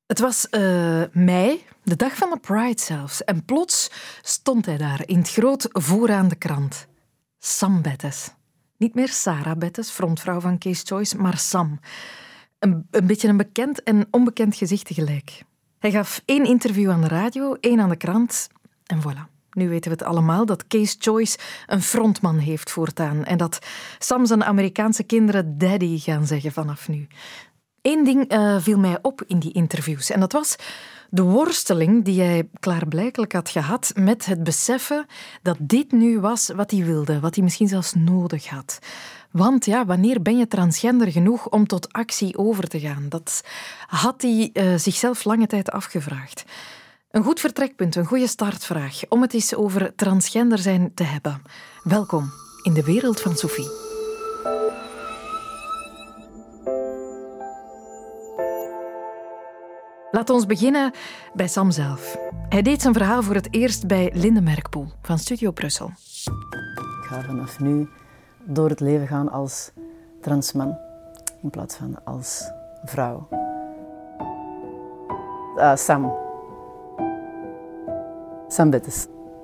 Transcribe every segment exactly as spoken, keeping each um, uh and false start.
Het was uh, mei, de dag van de Pride zelfs. En plots stond hij daar in het groot vooraan de krant. Sam Bettes. Niet meer Sarah Bettes, frontvrouw van Case Choice, maar Sam. Een, een beetje een bekend en onbekend gezicht tegelijk. Hij gaf één interview aan de radio, één aan de krant en voilà. Nu weten we het allemaal dat Case Choice een frontman heeft voortaan en dat Sam zijn Amerikaanse kinderen daddy gaan zeggen vanaf nu. Eén ding uh, viel mij op in die interviews en dat was de worsteling die hij klaarblijkelijk had gehad met het beseffen dat dit nu was wat hij wilde, wat hij misschien zelfs nodig had. Want ja, wanneer ben je transgender genoeg om tot actie over te gaan? Dat had hij uh, zichzelf lange tijd afgevraagd. Een goed vertrekpunt, een goede startvraag om het eens over transgender zijn te hebben. Welkom in de wereld van Sophie. Laten we beginnen bij Sam zelf. Hij deed zijn verhaal voor het eerst bij Linde Merkpoel van Studio Brussel. Ik ga vanaf nu door het leven gaan als transman in plaats van als vrouw. Uh, Sam. Sam Bettes.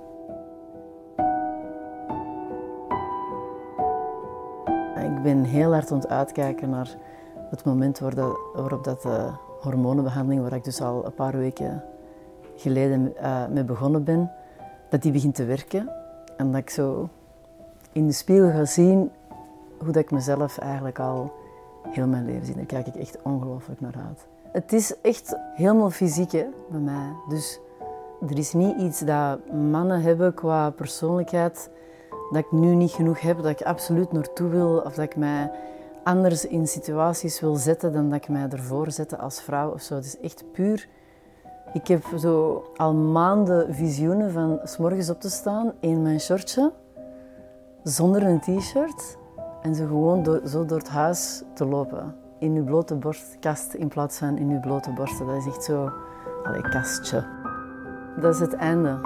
Ik ben heel hard aan het uitkijken naar het moment waarop dat de hormonenbehandeling, waar ik dus al een paar weken geleden uh, mee begonnen ben, dat die begint te werken. En dat ik zo in de spiegel ga zien hoe dat ik mezelf eigenlijk al heel mijn leven zie. Daar kijk ik echt ongelooflijk naar uit. Het is echt helemaal fysiek hè, bij mij. Dus er is niet iets dat mannen hebben qua persoonlijkheid dat ik nu niet genoeg heb, dat ik absoluut naartoe wil of dat ik mij anders in situaties wil zetten dan dat ik mij ervoor zette als vrouw of zo. Het is echt puur. Ik heb zo al maanden visioenen van 's morgens op te staan in mijn shortje, zonder een t-shirt en zo gewoon door, zo door het huis te lopen. In uw blote borstkast in plaats van in uw blote borsten. Dat is echt zo, allee, kastje. Dat is het einde.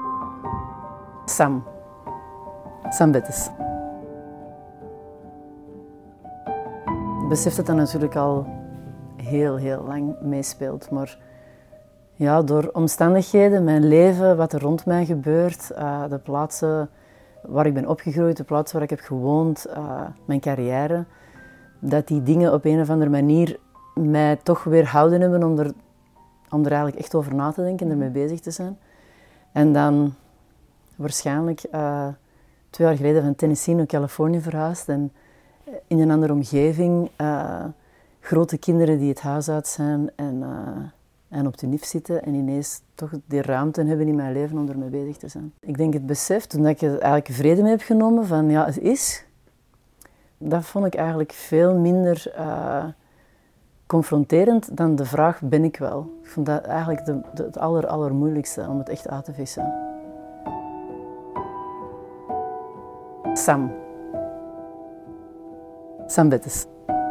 Sam. Sam Bettes. Ik besef dat dat natuurlijk al heel, heel lang meespeelt. Maar ja, door omstandigheden, mijn leven, wat er rond mij gebeurt, uh, de plaatsen waar ik ben opgegroeid, de plaatsen waar ik heb gewoond, uh, mijn carrière, dat die dingen op een of andere manier mij toch weerhouden hebben om er, om er eigenlijk echt over na te denken en ermee bezig te zijn. En dan waarschijnlijk uh, twee jaar geleden van Tennessee naar Californië verhuisd en in een andere omgeving, uh, grote kinderen die het huis uit zijn en, uh, en op de nif zitten en ineens toch die ruimte hebben in mijn leven om ermee bezig te zijn. Ik denk het besef, toen ik er eigenlijk vrede mee heb genomen van ja, het is, dat vond ik eigenlijk veel minder uh, confronterend dan de vraag ben ik wel. Ik vond dat eigenlijk de, de, het aller, allermoeilijkste om het echt uit te vissen. Sam. Sam Bettes.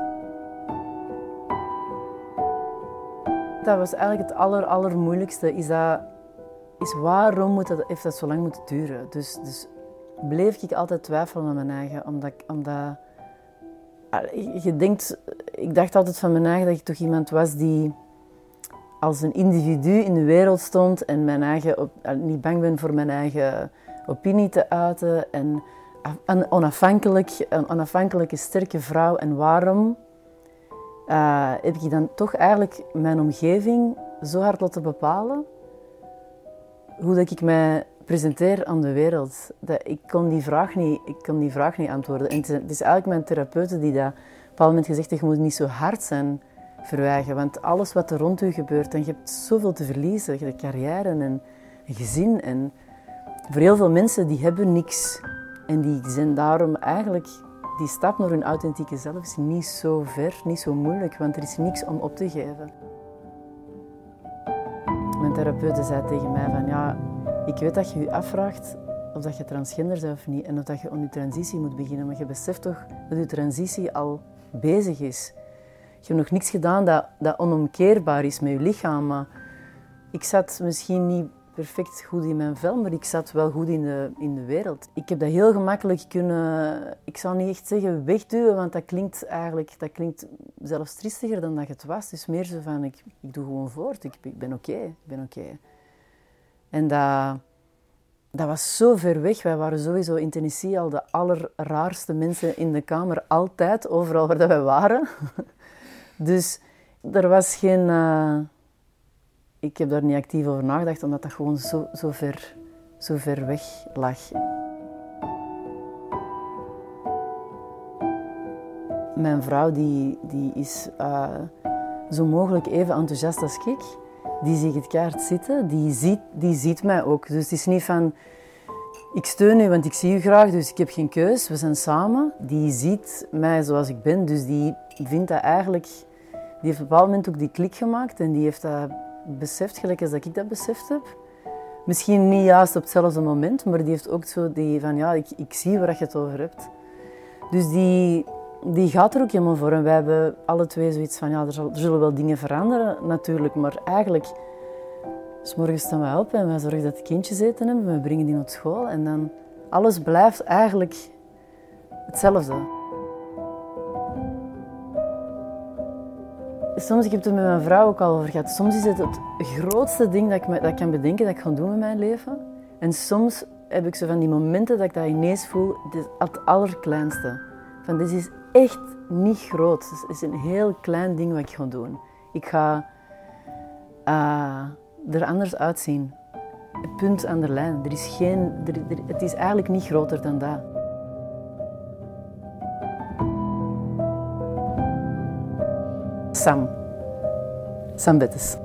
Dat was eigenlijk het aller, allermoeilijkste. Is, dat, is waarom moet dat, heeft dat zo lang moeten duren? Dus, dus bleef ik altijd twijfelen aan mijn eigen. Omdat, omdat je denkt, ik dacht altijd van mijn eigen dat ik toch iemand was die als een individu in de wereld stond en mijn eigen, niet bang ben voor mijn eigen opinie te uiten. En een, onafhankelijk, een onafhankelijke, sterke vrouw. En waarom uh, heb ik dan toch eigenlijk mijn omgeving zo hard laten bepalen hoe dat ik mij presenteer aan de wereld? Dat, ik, kon die vraag niet, ik kon die vraag niet antwoorden. En het is, het is eigenlijk mijn therapeute die dat op een bepaald moment gezegd heeft, je moet niet zo hard zijn verwijgen, want alles wat er rond u gebeurt, en je hebt zoveel te verliezen, je hebt carrière en een gezin. En voor heel veel mensen, die hebben niks. En die zijn daarom eigenlijk, die stap naar hun authentieke zelf is niet zo ver, niet zo moeilijk, want er is niks om op te geven. Mijn therapeute zei tegen mij van ja, ik weet dat je je afvraagt of dat je transgender bent of niet en of dat je aan je transitie moet beginnen, maar je beseft toch dat je transitie al bezig is. Je hebt nog niks gedaan dat, dat onomkeerbaar is met je lichaam, maar ik zat misschien niet perfect goed in mijn vel, maar ik zat wel goed in de, in de wereld. Ik heb dat heel gemakkelijk kunnen, ik zou niet echt zeggen wegduwen, want dat klinkt eigenlijk, dat klinkt zelfs triestiger dan dat het was. Het is meer zo van, ik, ik doe gewoon voort, ik, ik ben oké, okay, ik ben oké. Okay. En dat, dat was zo ver weg. Wij waren sowieso in Tennessee al de allerraarste mensen in de kamer, altijd, overal waar dat wij waren. Dus er was geen... Uh, ik heb daar niet actief over nagedacht, omdat dat gewoon zo, zo, ver, zo ver weg lag. Mijn vrouw die, die is uh, zo mogelijk even enthousiast als ik. Die ziet het kaart zitten, die ziet, die ziet mij ook. Dus het is niet van, ik steun u, want ik zie u graag, dus ik heb geen keus. We zijn samen. Die ziet mij zoals ik ben, dus die vindt dat eigenlijk... Die heeft op een bepaald moment ook die klik gemaakt en die heeft dat beseft, gelijk als dat ik dat beseft heb. Misschien niet juist op hetzelfde moment, maar die heeft ook zo die van, ja, ik, ik zie waar je het over hebt. Dus die, die gaat er ook helemaal voor. En wij hebben alle twee zoiets van, ja, er, zal, er zullen wel dingen veranderen natuurlijk, maar eigenlijk, 's morgens staan wij op en wij zorgen dat de kindjes eten hebben, we brengen die naar school en dan, alles blijft eigenlijk hetzelfde. Soms, ik heb het er met mijn vrouw ook al over gehad, soms is het het grootste ding dat ik, me, dat ik kan bedenken dat ik ga doen met mijn leven. En soms heb ik zo van die momenten dat ik dat ineens voel, het is het allerkleinste. Van, dit is echt niet groot, het is een heel klein ding wat ik ga doen. Ik ga uh, er anders uitzien. Punt aan de lijn. Er is geen, er, er, het is eigenlijk niet groter dan dat. Sam. Sam Bettes.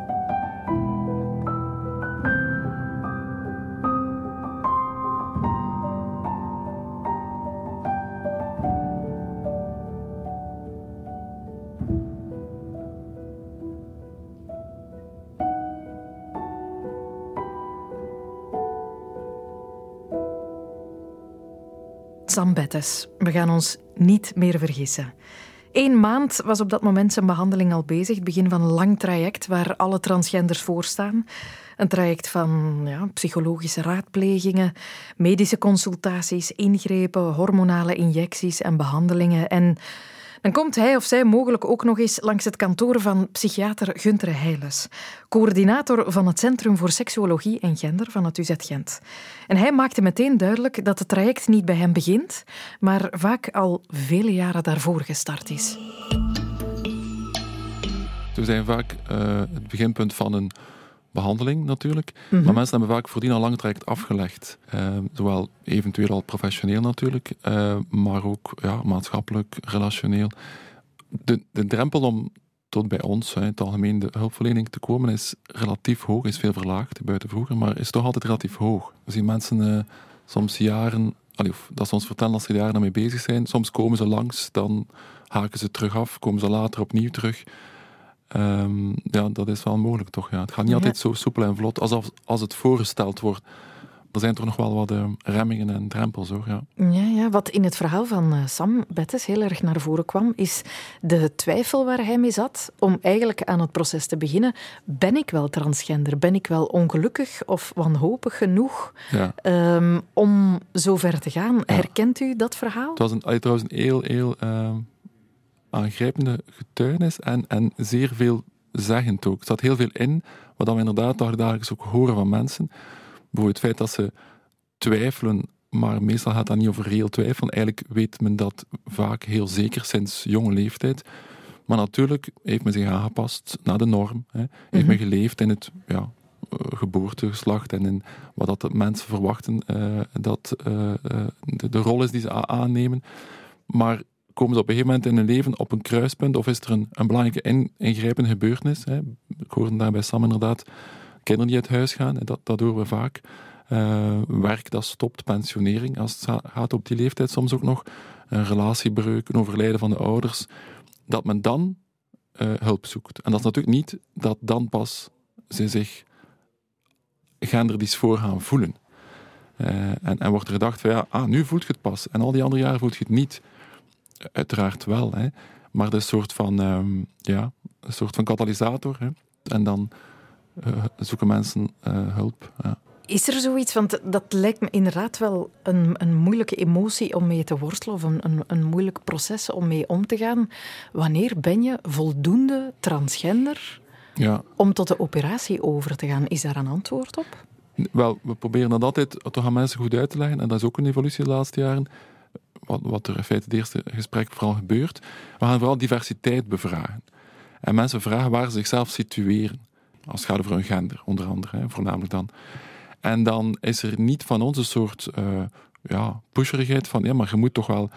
Sam Bettes. We gaan ons niet meer vergissen. Eén maand was op dat moment zijn behandeling al bezig. Het begin van een lang traject waar alle transgenders voor staan. Een traject van ja, psychologische raadplegingen, medische consultaties, ingrepen, hormonale injecties en behandelingen. En dan komt hij of zij mogelijk ook nog eens langs het kantoor van psychiater Gunther Heiles, coördinator van het Centrum voor Seksuologie en Gender van het U Z Gent. En hij maakte meteen duidelijk dat het traject niet bij hem begint, maar vaak al vele jaren daarvoor gestart is. We zijn vaak uh, het beginpunt van een behandeling natuurlijk, Mm-hmm. maar mensen hebben vaak voordien al lang traject afgelegd. Uh, zowel eventueel al professioneel natuurlijk, uh, maar ook ja, maatschappelijk, relationeel. De, de drempel om tot bij ons, in het algemeen, de hulpverlening te komen is relatief hoog, is veel verlaagd buiten vroeger, maar is toch altijd relatief hoog. We zien mensen uh, soms jaren, allee, dat ze ons vertellen dat ze er jaren daarmee bezig zijn. Soms komen ze langs, dan haken ze terug af, komen ze later opnieuw terug. Um, ja, dat is wel mogelijk toch. Ja. Het gaat niet Ja. altijd zo soepel en vlot alsof als het voorgesteld wordt. Er zijn toch nog wel wat uh, remmingen en drempels hoor. Ja. Ja, ja, wat in het verhaal van uh, Sam Bettes heel erg naar voren kwam, is de twijfel waar hij mee zat om eigenlijk aan het proces te beginnen. Ben ik wel transgender? Ben ik wel ongelukkig of wanhopig genoeg Ja. um, om zo ver te gaan? Ja. Herkent u dat verhaal? Het was een, allee, trouwens een heel, heel uh, aangrijpende getuigenis en, en zeer veelzeggend ook. Er zat heel veel in, wat we inderdaad dagelijks ook horen van mensen. Bijvoorbeeld het feit dat ze twijfelen, maar meestal gaat dat niet over reëel twijfelen. Eigenlijk weet men dat vaak heel zeker sinds jonge leeftijd. Maar natuurlijk heeft men zich aangepast naar de norm. Hè. Heeft Mm-hmm. men geleefd in het ja, geboortegeslacht en in wat dat de mensen verwachten uh, dat uh, uh, de, de rol is die ze a- aannemen. Maar komen ze op een gegeven moment in hun leven op een kruispunt of is er een, een belangrijke in, ingrijpende gebeurtenis? Hè. Ik hoorde daar bij Sam inderdaad kinderen die uit huis gaan, dat, dat horen we vaak. Uh, werk dat stopt, pensionering, als het gaat op die leeftijd soms ook nog. Een relatiebreuk, een overlijden van de ouders. Dat men dan uh, hulp zoekt. En dat is natuurlijk niet dat dan pas ze zich genderdysfoor gaan voelen. Uh, en, en wordt er gedacht van ja, ah, nu voelt je het pas. En al die andere jaren voelt je het niet. Uiteraard wel, hè. Maar dat is een soort van, um, ja, een soort van katalysator. Hè. En dan uh, zoeken mensen uh, hulp. Ja. Is er zoiets, want dat lijkt me inderdaad wel een, een moeilijke emotie om mee te worstelen of een, een, een moeilijk proces om mee om te gaan. Wanneer ben je voldoende transgender ja. om tot de operatie over te gaan? Is daar een antwoord op? Wel, we proberen dat altijd toch aan mensen goed uit te leggen en dat is ook een evolutie de laatste jaren. Wat, wat er in feite het eerste gesprek vooral gebeurt. We gaan vooral diversiteit bevragen. En mensen vragen waar ze zichzelf situeren. Als het gaat over hun gender, onder andere, hè, voornamelijk dan. En dan is er niet van ons een soort uh, ja, pusherigheid van ja, maar je moet toch wel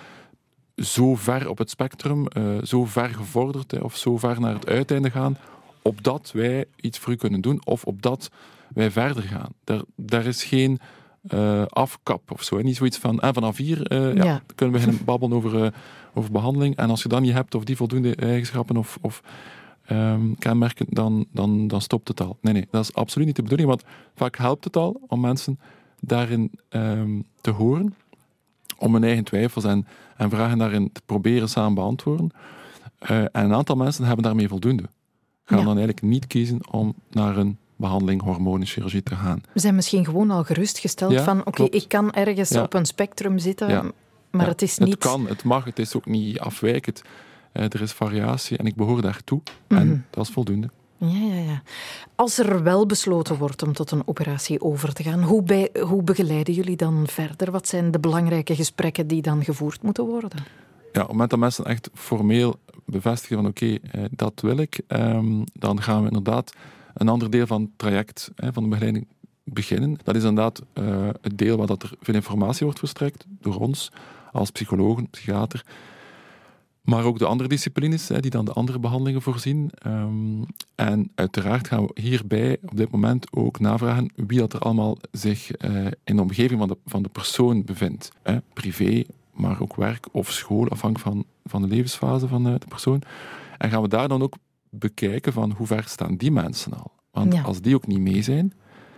zo ver op het spectrum, uh, zo ver gevorderd hè, of zo ver naar het uiteinde gaan, opdat wij iets voor u kunnen doen of opdat wij verder gaan. Daar, daar is geen uh, afkap of zo. Hè. Niet zoiets van ah, vanaf hier uh, ja, ja. kunnen we beginnen babbelen over, uh, over behandeling en als je dat niet hebt of die voldoende eigenschappen of, of Um, kenmerken, dan, dan, dan stopt het al. Nee, nee, dat is absoluut niet de bedoeling, want vaak helpt het al om mensen daarin um, te horen, om hun eigen twijfels en, en vragen daarin te proberen samen beantwoorden. Uh, en een aantal mensen hebben daarmee voldoende. Gaan ja. dan eigenlijk niet kiezen om naar een behandeling, hormonen, chirurgie te gaan. We zijn misschien gewoon al gerustgesteld ja, van, oké, okay, ik kan ergens ja. op een spectrum zitten, ja. maar ja. het is niet... Het kan, het mag, het is ook niet afwijkend. Uh, er is variatie en ik behoor daartoe. Mm-hmm. En dat is voldoende. Ja, ja, ja. Als er wel besloten wordt om tot een operatie over te gaan, hoe, bij, hoe begeleiden jullie dan verder? Wat zijn de belangrijke gesprekken die dan gevoerd moeten worden? Ja, op het moment dat mensen echt formeel bevestigen van oké, okay, uh, dat wil ik, um, dan gaan we inderdaad een ander deel van het traject, uh, van de begeleiding beginnen. Dat is inderdaad uh, het deel waar dat er veel informatie wordt verstrekt door ons als psychologen, psychiater. Maar ook de andere disciplines, die dan de andere behandelingen voorzien. Um, en uiteraard gaan we hierbij op dit moment ook navragen wie dat er allemaal zich uh, in de omgeving van de, van de persoon bevindt. Hè? Privé, maar ook werk of school, afhankelijk van, van de levensfase van de, de persoon. En gaan we daar dan ook bekijken van hoe ver staan die mensen al. Want ja. als die ook niet mee zijn,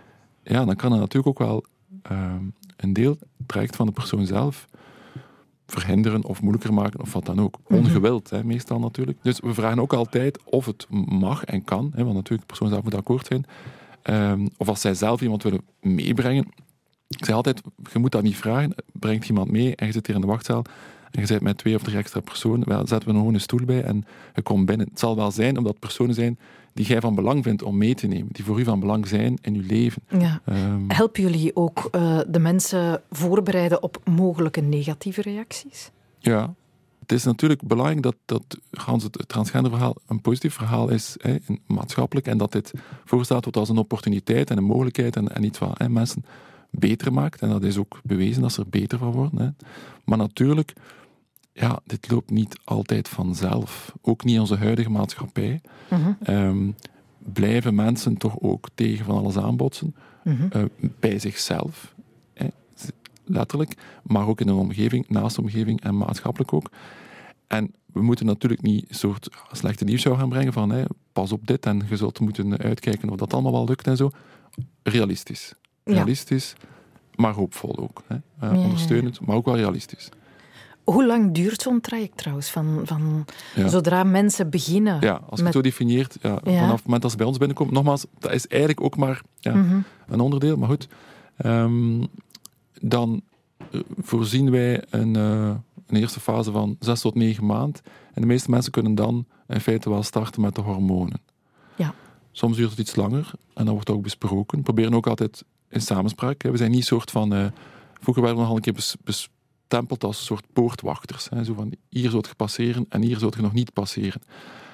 ja, dan kan er natuurlijk ook wel um, een deel traject van de persoon zelf verhinderen of moeilijker maken of wat dan ook. Ongewild, hè, meestal natuurlijk. Dus we vragen ook altijd of het mag en kan, hè, want natuurlijk de persoon zelf moet akkoord zijn. Um, of als zij zelf iemand willen meebrengen. Ik zeg altijd, je moet dat niet vragen. Brengt iemand mee en je zit hier in de wachtzaal en je zit met twee of drie extra personen. Wel, zetten we gewoon een stoel bij en je komt binnen. Het zal wel zijn omdat personen zijn die jij van belang vindt om mee te nemen. Die voor u van belang zijn in uw leven. Ja. Um, Helpen jullie ook uh, de mensen voorbereiden op mogelijke negatieve reacties? Ja. Het is natuurlijk belangrijk dat, dat Hans, het transgenderverhaal een positief verhaal is, hè, maatschappelijk, en dat dit voorgesteld wordt als een opportuniteit en een mogelijkheid en, en iets wat hè, mensen beter maakt. En dat is ook bewezen dat ze er beter van worden. Hè. Maar natuurlijk, ja, dit loopt niet altijd vanzelf. Ook niet in onze huidige maatschappij. Mm-hmm. Um, blijven mensen toch ook tegen van alles aanbotsen. Mm-hmm. Uh, bij zichzelf. Hè, letterlijk. Maar ook in een omgeving, naast de omgeving en maatschappelijk ook. En we moeten natuurlijk niet een soort slechte nieuws gaan brengen van hè, pas op dit en je zult moeten uitkijken of dat allemaal wel lukt en zo. Realistisch. Realistisch, ja. Maar hoopvol ook. Hè. Uh, ja, ondersteunend, ja. Maar ook wel realistisch. Hoe lang duurt zo'n traject trouwens? Van, van ja. Zodra mensen beginnen? Ja, als je met... het zo definieert, ja, ja. vanaf het moment dat ze bij ons binnenkomt, nogmaals, dat is eigenlijk ook maar ja, mm-hmm. een onderdeel, maar goed. Um, dan voorzien wij een, uh, een eerste fase van zes tot negen maanden. En de meeste mensen kunnen dan in feite wel starten met de hormonen. Ja. Soms duurt het iets langer en dan wordt het ook besproken. We proberen ook altijd in samenspraak. Hè. We zijn niet een soort van... Uh, vroeger werden we nog al een keer bes, bestempeld als een soort poortwachters. Hè. Zo van, hier zult je passeren en hier zult je nog niet passeren.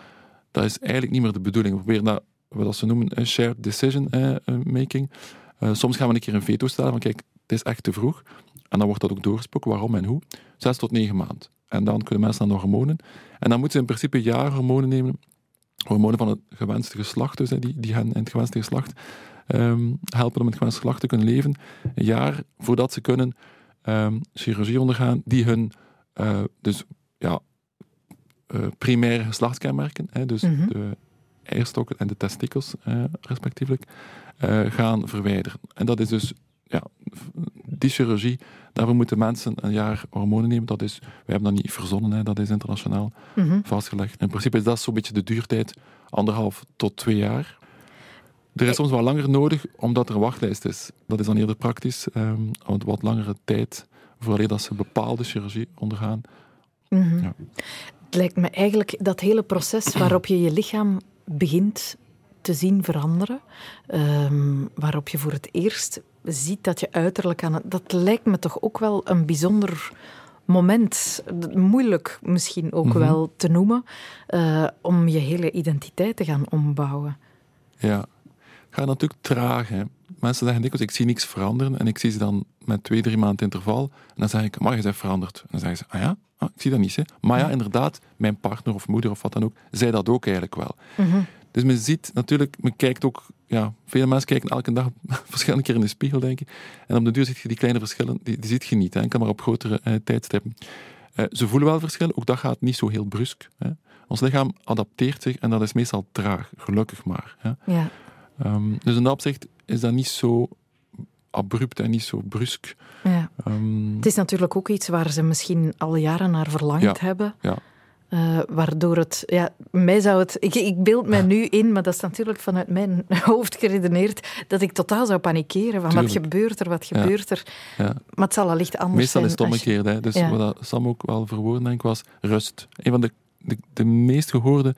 Dat is eigenlijk niet meer de bedoeling. We proberen dat, wat ze noemen, uh, shared decision uh, making. Uh, soms gaan we een keer een veto stellen van, kijk, het is echt te vroeg. En dan wordt dat ook doorgesproken, waarom en hoe. Zes tot negen maanden. En dan kunnen mensen aan de hormonen. En dan moeten ze in principe een jaar hormonen nemen. Hormonen van het gewenste geslacht, dus, die, die hen in het gewenste geslacht um, helpen om in het gewenste geslacht te kunnen leven. Een jaar voordat ze kunnen um, chirurgie ondergaan, die hun uh, dus, ja, uh, primaire geslachtskenmerken, hè, dus mm-hmm. de eierstokken en de testikels, uh, respectievelijk, uh, gaan verwijderen. En dat is dus ja, die chirurgie, daarvoor moeten mensen een jaar hormonen nemen. Dat is, wij hebben dat niet verzonnen, hè, dat is internationaal mm-hmm. vastgelegd. In principe is dat zo'n beetje de duurtijd, anderhalf tot twee jaar. Er is soms wat langer nodig, omdat er een wachtlijst is. Dat is dan eerder praktisch. Um, wat langere tijd, voordat dat ze bepaalde chirurgie ondergaan. Mm-hmm. Ja. Het lijkt me eigenlijk dat hele proces waarop je je lichaam begint te zien veranderen, um, waarop je voor het eerst ziet dat je uiterlijk aan het... Dat lijkt me toch ook wel een bijzonder moment, moeilijk misschien ook mm-hmm. wel te noemen, uh, om je hele identiteit te gaan ombouwen. Ja, het gaat natuurlijk traag. Hè. Mensen zeggen dikwijls, ik zie niks veranderen en ik zie ze dan met twee, drie maanden interval en dan zeg ik, maar je bent veranderd. En dan zeggen ze, ah ja, ah, ik zie dat niet. Hè. Maar ja, inderdaad, mijn partner of moeder of wat dan ook, zei dat ook eigenlijk wel. Mm-hmm. Dus men ziet natuurlijk, men kijkt ook, ja, veel mensen kijken elke dag verschillende keer in de spiegel, denk ik. En op de duur zie je die kleine verschillen, die, die ziet je niet, hè, enkel maar op grotere uh, tijdstippen. Uh, ze voelen wel verschillen, ook dat gaat niet zo heel brusk. Hè. Ons lichaam adapteert zich en dat is meestal traag, gelukkig maar. Hè. Ja. Um, dus in dat opzicht is dat niet zo abrupt en niet zo brusk. Ja. Um, het is natuurlijk ook iets waar ze misschien al jaren naar verlangd ja, hebben. Ja. Uh, waardoor het... Ja, mij zou het... Ik, ik beeld mij nu in, maar dat is natuurlijk vanuit mijn hoofd geredeneerd, dat ik totaal zou panikeren. Van wat gebeurt er, wat gebeurt ja. er? Ja. Maar het zal allicht anders Meestal zijn. is het omgekeerd. Je... Dus ja. wat Sam ook wel verwoorden, denk ik, was rust. Een van de, de, de meest gehoorde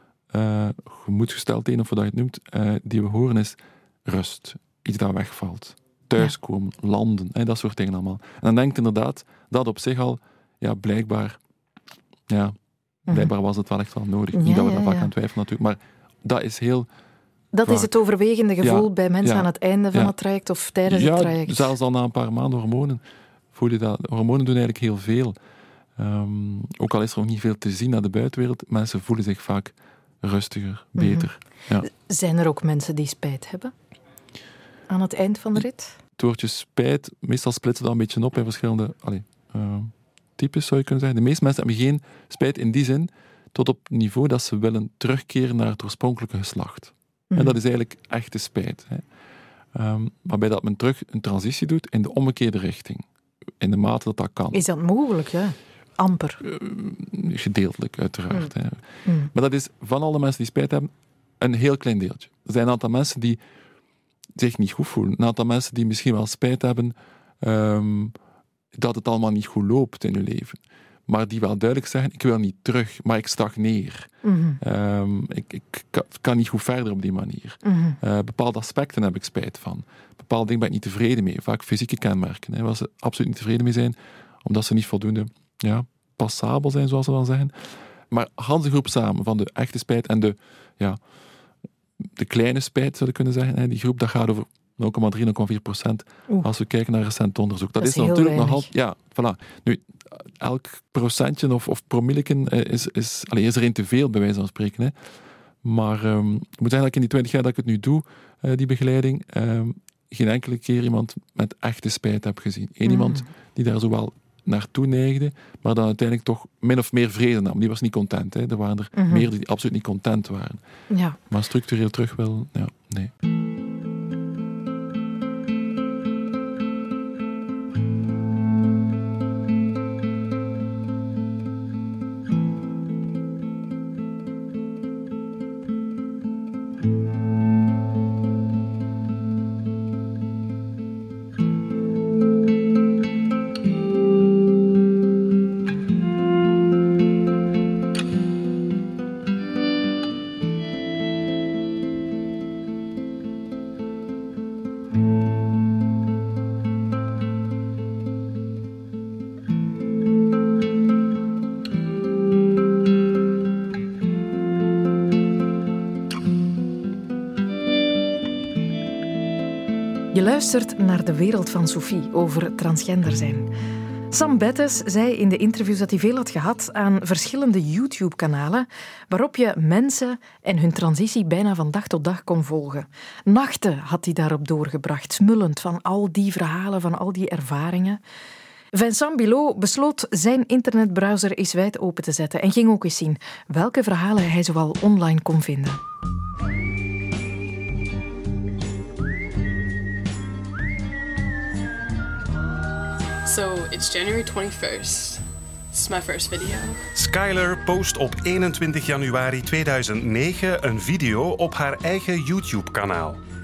uh, gemoedsgesteldheden, of wat je het noemt, uh, die we horen is rust. Iets dat wegvalt. Thuiskomen, ja. landen, hè, dat soort dingen allemaal. En dan denk ik inderdaad, dat op zich al, ja, blijkbaar... Ja, Blijkbaar was het wel echt wel nodig. Ja, Niet dat we daar ja, vaak ja. aan twijfelen natuurlijk, maar dat is heel Dat vaak. is het overwegende gevoel Ja, bij mensen ja, aan het einde van ja. het traject of tijdens ja, het traject. zelfs al na een paar maanden hormonen voel je dat. Hormonen doen eigenlijk heel veel. Um, ook al is er nog niet veel te zien naar de buitenwereld, mensen voelen zich vaak rustiger, beter. Mm-hmm. Ja. Zijn er ook mensen die spijt hebben aan het eind van de rit? Het woordje spijt, meestal splitsen dat een beetje op in verschillende... Allez, uh, types zou je kunnen zeggen. De meeste mensen hebben geen spijt in die zin, tot op het niveau dat ze willen terugkeren naar het oorspronkelijke geslacht. Mm. En dat is eigenlijk echte spijt. Hè. Um, waarbij dat men terug een transitie doet in de omgekeerde richting. In de mate dat dat kan. Is dat mogelijk, ja? Amper. Uh, gedeeltelijk, uiteraard. Mm. Hè. Mm. Maar dat is van alle mensen die spijt hebben, een heel klein deeltje. Er zijn een aantal mensen die zich niet goed voelen. Een aantal mensen die misschien wel spijt hebben... Um, dat het allemaal niet goed loopt in hun leven. Maar die wel duidelijk zeggen, ik wil niet terug, maar ik stagneer. Mm-hmm. Um, ik, ik kan, kan niet goed verder op die manier. Mm-hmm. Uh, bepaalde aspecten heb ik spijt van. Bepaalde dingen ben ik niet tevreden mee. Vaak fysieke kenmerken, hè, waar ze absoluut niet tevreden mee zijn, omdat ze niet voldoende ja, passabel zijn, zoals ze dan zeggen. Maar Hans de groep samen, van de echte spijt en de, ja, de kleine spijt, zou je kunnen zeggen, hè, die groep, dat gaat over nul komma drie, nul komma vier procent als we kijken naar recent onderzoek. Dat, dat is, is natuurlijk weinig. nogal... Ja, voilà. Nu, elk procentje of, of promilleken is, is, allez, is er een te veel, bij wijze van spreken. Hè. Maar um, ik moet zeggen dat ik in die twintig jaar dat ik het nu doe, uh, die begeleiding, um, geen enkele keer iemand met echte spijt heb gezien. Eén mm. iemand die daar zo wel naartoe neigde, maar dan uiteindelijk toch min of meer vrede nam. Die was niet content. Hè. Er waren er mm-hmm. meer die absoluut niet content waren. Ja. Maar structureel terug wel, ja, nee. Je luistert naar de wereld van Sophie over transgender zijn. Sam Bettes zei in de interviews dat hij veel had gehad aan verschillende YouTube-kanalen waarop je mensen en hun transitie bijna van dag tot dag kon volgen. Nachten had hij daarop doorgebracht, smullend van al die verhalen, van al die ervaringen. Vincent Bilot besloot zijn internetbrowser eens wijd open te zetten en ging ook eens zien welke verhalen hij zoal online kon vinden. So it's January twenty-first. This is my first video. Skyler post op eenentwintig januari tweeduizend negen een video op haar eigen YouTube-kanaal.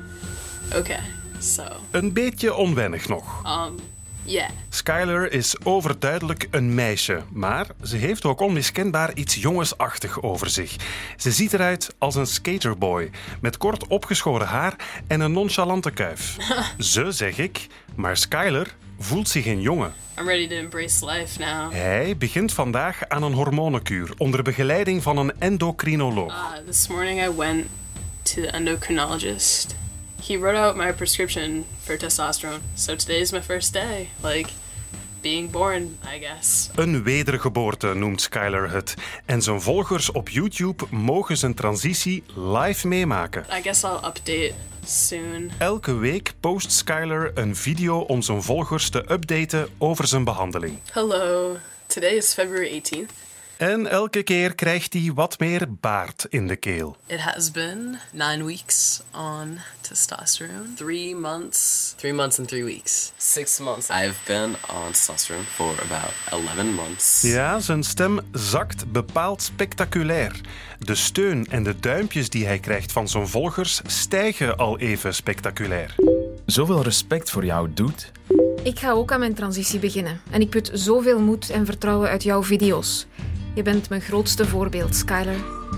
Okay, so... Een beetje onwennig nog. Um, yeah. Skylar is overduidelijk een meisje, maar ze heeft ook onmiskenbaar iets jongensachtig over zich. Ze ziet eruit als een skaterboy, met kort opgeschoren haar en een nonchalante kuif. Ze, zeg ik, maar Skylar voelt zich een jongen. I'm ready to embrace life now. Hij begint vandaag aan een hormonenkuur onder begeleiding van een endocrinoloog. Uh, this morning I went to the endocrinologist. He wrote out my prescription for testosterone. So today is my first day. Like, being born, I guess. Een wedergeboorte noemt Skylar het. En zijn volgers op YouTube mogen zijn transitie live meemaken. I guess I'll update soon. Elke week post Skylar een video om zijn volgers te updaten over zijn behandeling. Hello. Today is February eighteenth. En elke keer krijgt hij wat meer baard in de keel. It has been nine weeks on testosterone. Three months. Three months and three weeks. Six months. I've been on testosterone for about eleven months. Ja, zijn stem zakt bepaald spectaculair. De steun en de duimpjes die hij krijgt van zijn volgers stijgen al even spectaculair. Zoveel respect voor jou, dude. Ik ga ook aan mijn transitie beginnen. En ik put zoveel moed en vertrouwen uit jouw video's. Je bent mijn grootste voorbeeld, Skylar.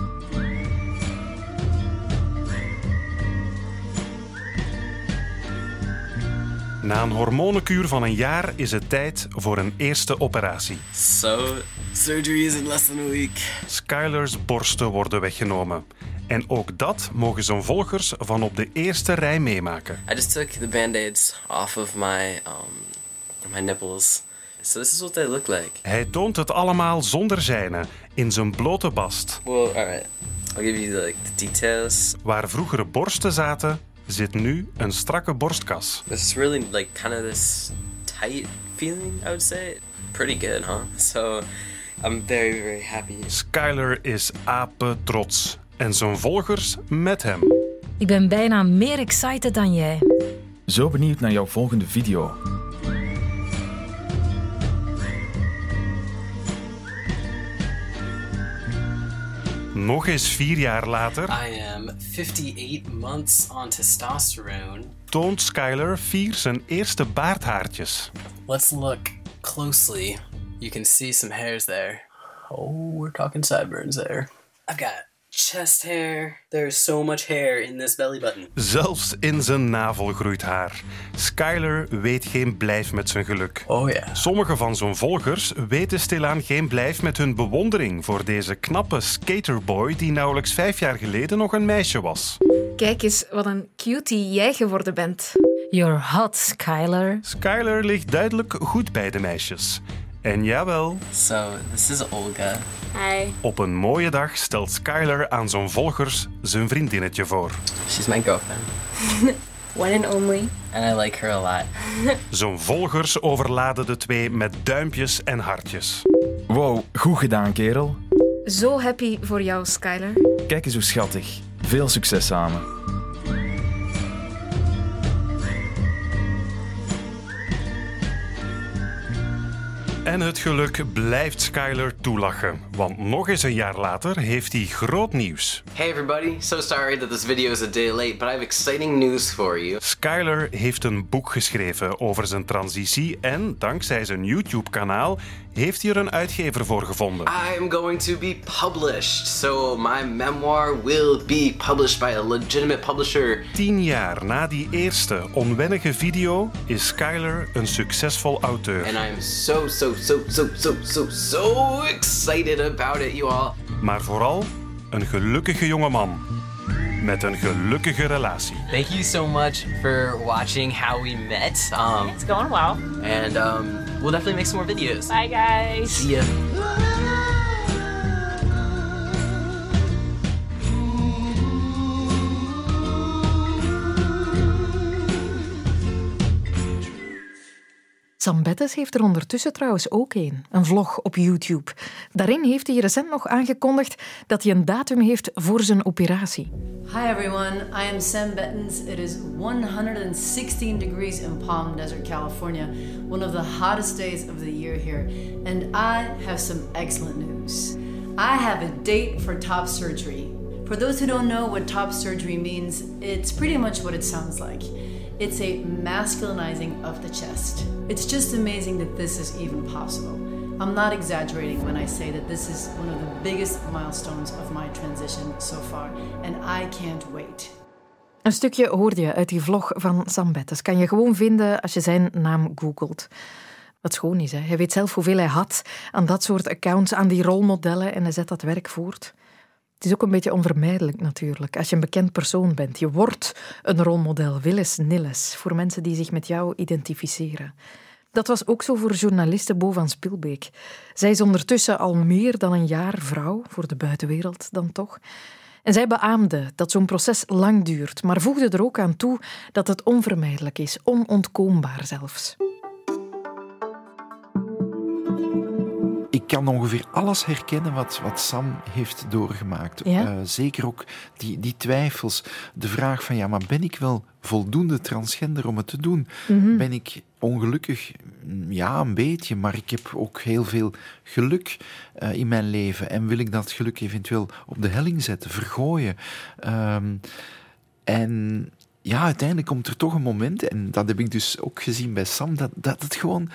Na een hormonenkuur van een jaar is het tijd voor een eerste operatie. So, surgery is in less than a week. Skylar's borsten worden weggenomen. En ook dat mogen zijn volgers van op de eerste rij meemaken. I just took the band-aids off of my, um, my nipples. So this is what they look like. Hij toont het allemaal zonder zijne, in zijn blote bast. Well, alright. I'll give you like the details. Waar vroegere borsten zaten, zit nu een strakke borstkas. This is really like kind of this tight feeling, I would say. Pretty good, huh? So I'm very, very happy. Skylar is apetrots. En zijn volgers met hem. Ik ben bijna meer excited dan jij. Zo benieuwd naar jouw volgende video. Nog eens vier jaar later I am fifty-eight months on testosterone. toont Skylar vier zijn eerste baardhaartjes. Let's look closely. You can see some hairs there. Oh, we're talking sideburns there. I've got chest hair. There's so much hair in this belly button. Zelfs in zijn navel groeit haar. Skylar weet geen blijf met zijn geluk. Oh ja. Sommige van zijn volgers weten stilaan geen blijf met hun bewondering voor deze knappe skaterboy die nauwelijks vijf jaar geleden nog een meisje was. Kijk eens wat een cutie jij geworden bent. You're hot, Skylar. Skylar ligt duidelijk goed bij de meisjes. En jawel, So, this is Olga. Hi. op een mooie dag stelt Skylar aan zijn volgers zijn vriendinnetje voor. She's my girlfriend. One and only. And I like her a lot. Zijn volgers overladen de twee met duimpjes en hartjes. Wow, goed gedaan, kerel. Zo happy voor jou, Skylar. Kijk eens hoe schattig. Veel succes samen. En het geluk blijft Skylar toelachen. Want nog eens een jaar later heeft hij groot nieuws. Hey everybody, so sorry that this video is a day late, but I have exciting news for you. Skylar heeft een boek geschreven over zijn transitie en dankzij zijn YouTube-kanaal heeft hij er een uitgever voor gevonden. I am going to be published, so my memoir will be published by a legitimate publisher. Tien jaar na die eerste onwennige video is Skylar een succesvol auteur. And I am so, so, so, so, so, so, so excited about it, you all. Maar vooral een gelukkige jongeman met een gelukkige relatie. Thank you so much for watching how we met. Um, It's going well. and um, we'll definitely make some more videos. Bye, guys. See ya. Sam Bettes heeft er ondertussen trouwens ook een, een vlog op YouTube. Daarin heeft hij recent nog aangekondigd dat hij een datum heeft voor zijn operatie. Hi everyone, I am Sam Bettens. It is one hundred sixteen degrees in Palm Desert, California, one of the hottest days of the year here. And I have some excellent news. I have a date for top surgery. For those who don't know what top surgery means, it's pretty much what it sounds like. It's a masculinizing of the chest. It's just amazing that this is even possible. I'm not exaggerating when I say that this is one of the biggest milestones of my transition so far, and I can't wait. Een stukje hoorde je uit die vlog van Sam Bettes. Kan je gewoon vinden als je zijn naam googelt. Wat schoon is, hè? Hij weet zelf hoeveel hij had aan dat soort accounts, aan die rolmodellen en hij zet dat werk voort. Het is ook een beetje onvermijdelijk natuurlijk. Als je een bekend persoon bent, je wordt een rolmodel, willens nillens, voor mensen die zich met jou identificeren. Dat was ook zo voor journaliste Bo van Spilbeek. Zij is ondertussen al meer dan een jaar vrouw, voor de buitenwereld dan toch. En zij beaamde dat zo'n proces lang duurt, maar voegde er ook aan toe dat het onvermijdelijk is, onontkoombaar zelfs. Ik kan ongeveer alles herkennen wat, wat Sam heeft doorgemaakt. Ja? Uh, zeker ook die, die twijfels. De vraag van, ja, maar ben ik wel voldoende transgender om het te doen? Mm-hmm. Ben ik ongelukkig? Ja, een beetje, maar ik heb ook heel veel geluk uh, in mijn leven. En wil ik dat geluk eventueel op de helling zetten, vergooien? Um, en... Ja, uiteindelijk komt er toch een moment, en dat heb ik dus ook gezien bij Sam, dat, dat het gewoon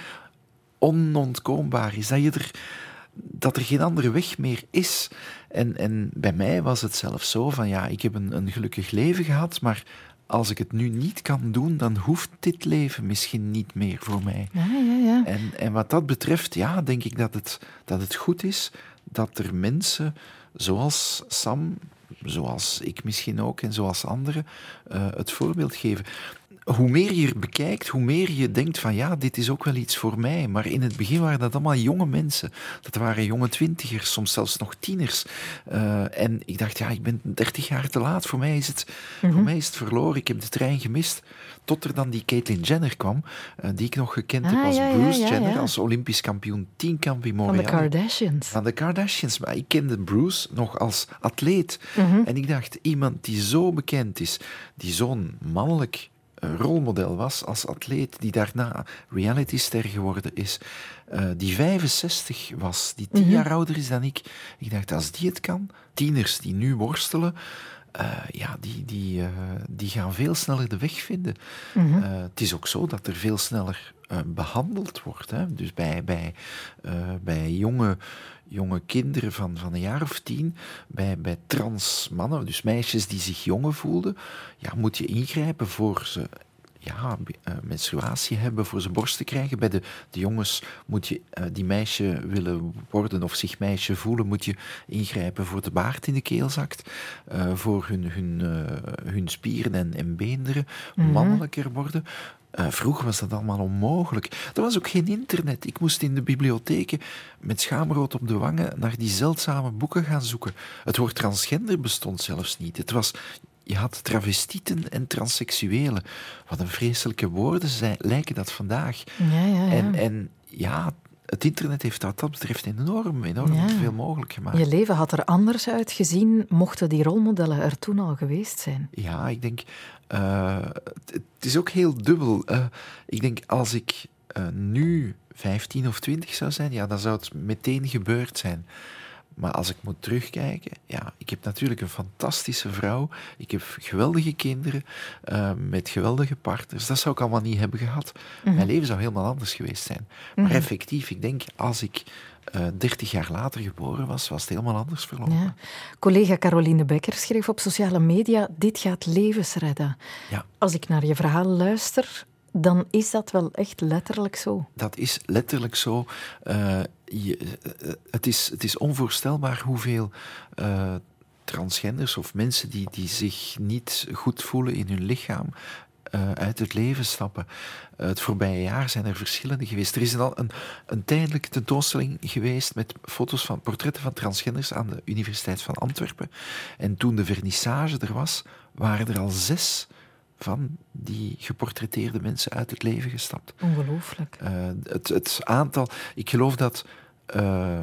onontkoombaar is. Dat, je er, dat er geen andere weg meer is. En, en bij mij was het zelfs zo van, ja, ik heb een, een gelukkig leven gehad, maar als ik het nu niet kan doen, dan hoeft dit leven misschien niet meer voor mij. Ja, ja, ja. En, en wat dat betreft, ja, denk ik dat het, dat het goed is dat er mensen zoals Sam, zoals ik misschien ook en zoals anderen, uh, het voorbeeld geven. Hoe meer je er bekijkt, hoe meer je denkt van ja, dit is ook wel iets voor mij. Maar in het begin waren dat allemaal jonge mensen. Dat waren jonge twintigers, soms zelfs nog tieners. Uh, en ik dacht, ja, ik ben dertig jaar te laat. Voor mij is het, mm-hmm. voor mij is het verloren. Ik heb de trein gemist. Tot er dan die Caitlyn Jenner kwam, uh, die ik nog gekend ah, heb als ja, Bruce ja, ja, Jenner, ja. als Olympisch kampioen tienkamp in Montreal. Van de Kardashians. Van de Kardashians. Maar ik kende Bruce nog als atleet. Mm-hmm. En ik dacht, iemand die zo bekend is, die zo'n mannelijk rolmodel was als atleet, die daarna realityster geworden is, uh, die vijfenzestig was, die tien mm-hmm. jaar ouder is dan ik. Ik dacht, als die het kan, tieners die nu worstelen, uh, ja, die, die, uh, die gaan veel sneller de weg vinden. Mm-hmm. Uh, het is ook zo dat er veel sneller uh, behandeld wordt. Hè? Dus bij, bij, uh, bij jonge jonge kinderen van, van een jaar of tien, bij, bij trans mannen, dus meisjes die zich jonger voelden, ja, moet je ingrijpen voor ze ja, uh, menstruatie hebben, voor ze borst te krijgen. Bij de, de jongens moet je, uh, die meisje willen worden of zich meisje voelen, moet je ingrijpen voor de baard in de keel zakt, uh, voor hun, hun, uh, hun spieren en, en beenderen mm-hmm. mannelijker worden. Uh, vroeger was dat allemaal onmogelijk. Er was ook geen internet. Ik moest in de bibliotheken met schaamrood op de wangen naar die zeldzame boeken gaan zoeken. Het woord transgender bestond zelfs niet. Het was, je had travestieten en transseksuelen. Wat een vreselijke woorden zijn, lijken dat vandaag. Ja, ja, ja. En, en ja, het internet heeft wat dat betreft enorm, enorm ja. veel mogelijk gemaakt. Je leven had er anders uitgezien, mochten die rolmodellen er toen al geweest zijn. Ja, ik denk... Uh, het, het is ook heel dubbel. Uh, ik denk, als ik uh, nu vijftien of twintig zou zijn, ja, dan zou het meteen gebeurd zijn. Maar als ik moet terugkijken, ja, ik heb natuurlijk een fantastische vrouw. Ik heb geweldige kinderen uh, met geweldige partners. Dat zou ik allemaal niet hebben gehad. Mm-hmm. Mijn leven zou helemaal anders geweest zijn. Maar mm-hmm. effectief, ik denk, als ik uh, dertig jaar later geboren was, was het helemaal anders verlopen. Ja. Collega Caroline Becker schreef op sociale media, dit gaat levens redden. Ja. Als ik naar je verhaal luister, dan is dat wel echt letterlijk zo. Dat is letterlijk zo. Uh, je, uh, het, is, het is onvoorstelbaar hoeveel uh, transgenders of mensen die, die zich niet goed voelen in hun lichaam uh, uit het leven stappen. Uh, het voorbije jaar zijn er verschillende geweest. Er is al een, een tijdelijke tentoonstelling geweest met foto's van portretten van transgenders aan de Universiteit van Antwerpen. En toen de vernissage er was, waren er al zes van die geportretteerde mensen uit het leven gestapt. Ongelooflijk. Uh, het, het aantal... Ik geloof dat uh,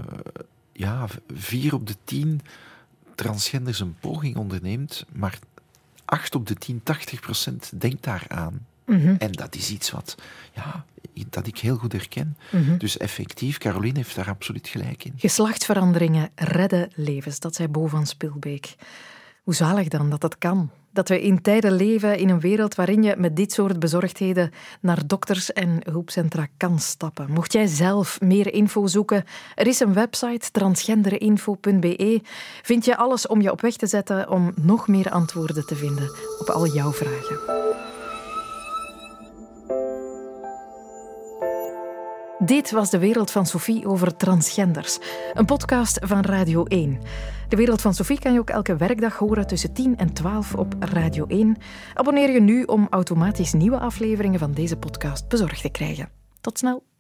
ja, vier op de tien transgenders een poging onderneemt, maar acht op de tien, tachtig procent denkt daaraan. Mm-hmm. En dat is iets wat... Ja, dat ik heel goed herken. Mm-hmm. Dus effectief, Caroline heeft daar absoluut gelijk in. Geslachtsveranderingen redden levens, dat zei Bo van Spilbeek. Hoe zalig dan dat dat kan. Dat we in tijden leven in een wereld waarin je met dit soort bezorgdheden naar dokters en hulpcentra kan stappen. Mocht jij zelf meer info zoeken, er is een website, transgenderinfo punt b e. Vind je alles om je op weg te zetten om nog meer antwoorden te vinden op al jouw vragen. Dit was De Wereld van Sophie over transgenders. Een podcast van Radio één. De Wereld van Sophie kan je ook elke werkdag horen tussen tien en twaalf op Radio één. Abonneer je nu om automatisch nieuwe afleveringen van deze podcast bezorgd te krijgen. Tot snel.